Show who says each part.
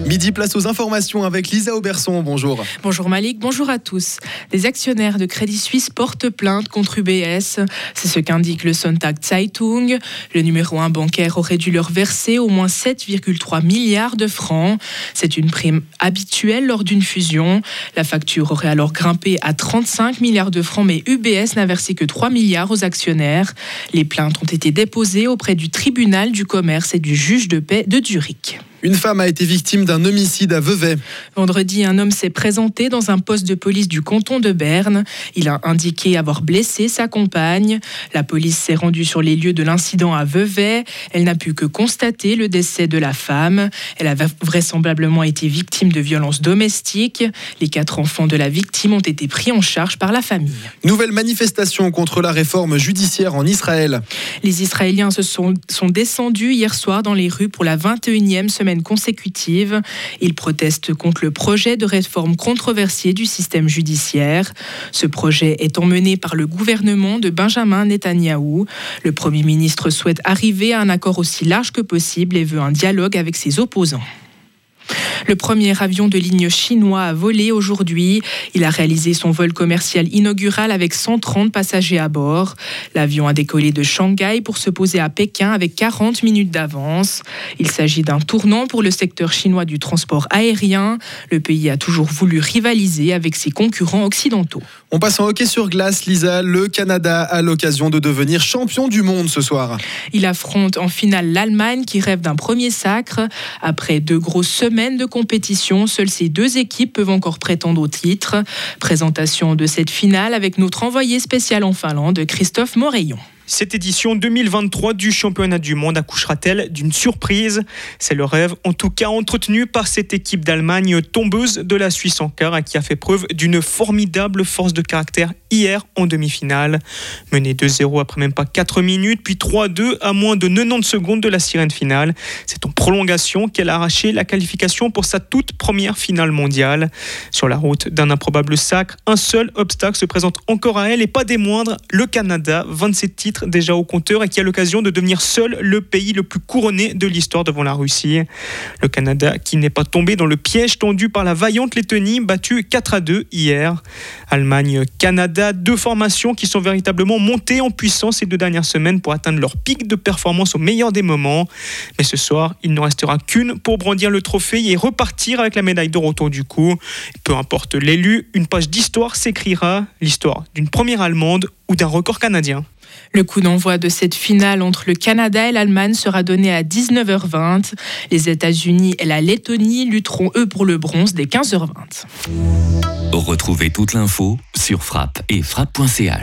Speaker 1: Midi, place aux informations avec Lisa Auberson. Bonjour.
Speaker 2: Bonjour Malik, bonjour à tous. Des actionnaires de Crédit Suisse portent plainte contre UBS. C'est ce qu'indique le Sonntag Zeitung. Le numéro 1 bancaire aurait dû leur verser au moins 7,3 milliards de francs. C'est une prime habituelle lors d'une fusion. La facture aurait alors grimpé à 35 milliards de francs, mais UBS n'a versé que 3 milliards aux actionnaires. Les plaintes ont été déposées auprès du tribunal du commerce et du juge de paix de Zurich.
Speaker 1: Une femme a été victime d'un homicide à Vevey.
Speaker 2: Vendredi, un homme s'est présenté dans un poste de police du canton de Berne. Il a indiqué avoir blessé sa compagne. La police s'est rendue sur les lieux de l'incident à Vevey. Elle n'a pu que constater le décès de la femme. Elle a vraisemblablement été victime de violences domestiques. Les 4 enfants de la victime ont été pris en charge par la famille.
Speaker 1: Nouvelle manifestation contre la réforme judiciaire en Israël.
Speaker 2: Les Israéliens sont descendus hier soir dans les rues pour la 21e semaine consécutive. Ils protestent contre le projet de réforme controversé du système judiciaire. Ce projet est emmené par le gouvernement de Benjamin Netanyahou. Le Premier ministre souhaite arriver à un accord aussi large que possible et veut un dialogue avec ses opposants. Le premier avion de ligne chinois a volé aujourd'hui. Il a réalisé son vol commercial inaugural avec 130 passagers à bord. L'avion a décollé de Shanghai pour se poser à Pékin avec 40 minutes d'avance. Il s'agit d'un tournant pour le secteur chinois du transport aérien. Le pays a toujours voulu rivaliser avec ses concurrents occidentaux.
Speaker 1: On passe en hockey sur glace, Lisa. Le Canada a l'occasion de devenir champion du monde ce soir.
Speaker 2: Il affronte en finale l'Allemagne qui rêve d'un premier sacre. Après 2 grosses semaines de compétition, seules ces 2 équipes peuvent encore prétendre au titre. Présentation de cette finale avec notre envoyé spécial en Finlande, Christophe Moreillon.
Speaker 3: Cette édition 2023 du championnat du monde accouchera-t-elle d'une surprise ? C'est le rêve, en tout cas entretenu par cette équipe d'Allemagne tombeuse de la Suisse en quart, qui a fait preuve d'une formidable force de caractère hier en demi-finale. Menée 2-0 après même pas 4 minutes, puis 3-2 à moins de 90 secondes de la sirène finale. C'est en prolongation qu'elle a arraché la qualification pour sa toute première finale mondiale. Sur la route d'un improbable sacre, un seul obstacle se présente encore à elle et pas des moindres, le Canada, 27 titres déjà au compteur et qui a l'occasion de devenir seul le pays le plus couronné de l'histoire devant la Russie. Le Canada qui n'est pas tombé dans le piège tendu par la vaillante Lettonie, battue 4-2 hier. Allemagne-Canada, 2 formations qui sont véritablement montées en puissance ces 2 dernières semaines pour atteindre leur pic de performance au meilleur des moments. Mais ce soir, il n'en restera qu'une pour brandir le trophée et repartir avec la médaille d'or autour du cou. Peu importe l'élu, une page d'histoire s'écrira, l'histoire d'une première Allemande ou d'un record canadien.
Speaker 2: Le coup d'envoi de cette finale entre le Canada et l'Allemagne sera donné à 19h20. Les États-Unis et la Lettonie lutteront eux pour le bronze dès 15h20.
Speaker 4: Retrouvez toute l'info sur frappe et frappe.ch.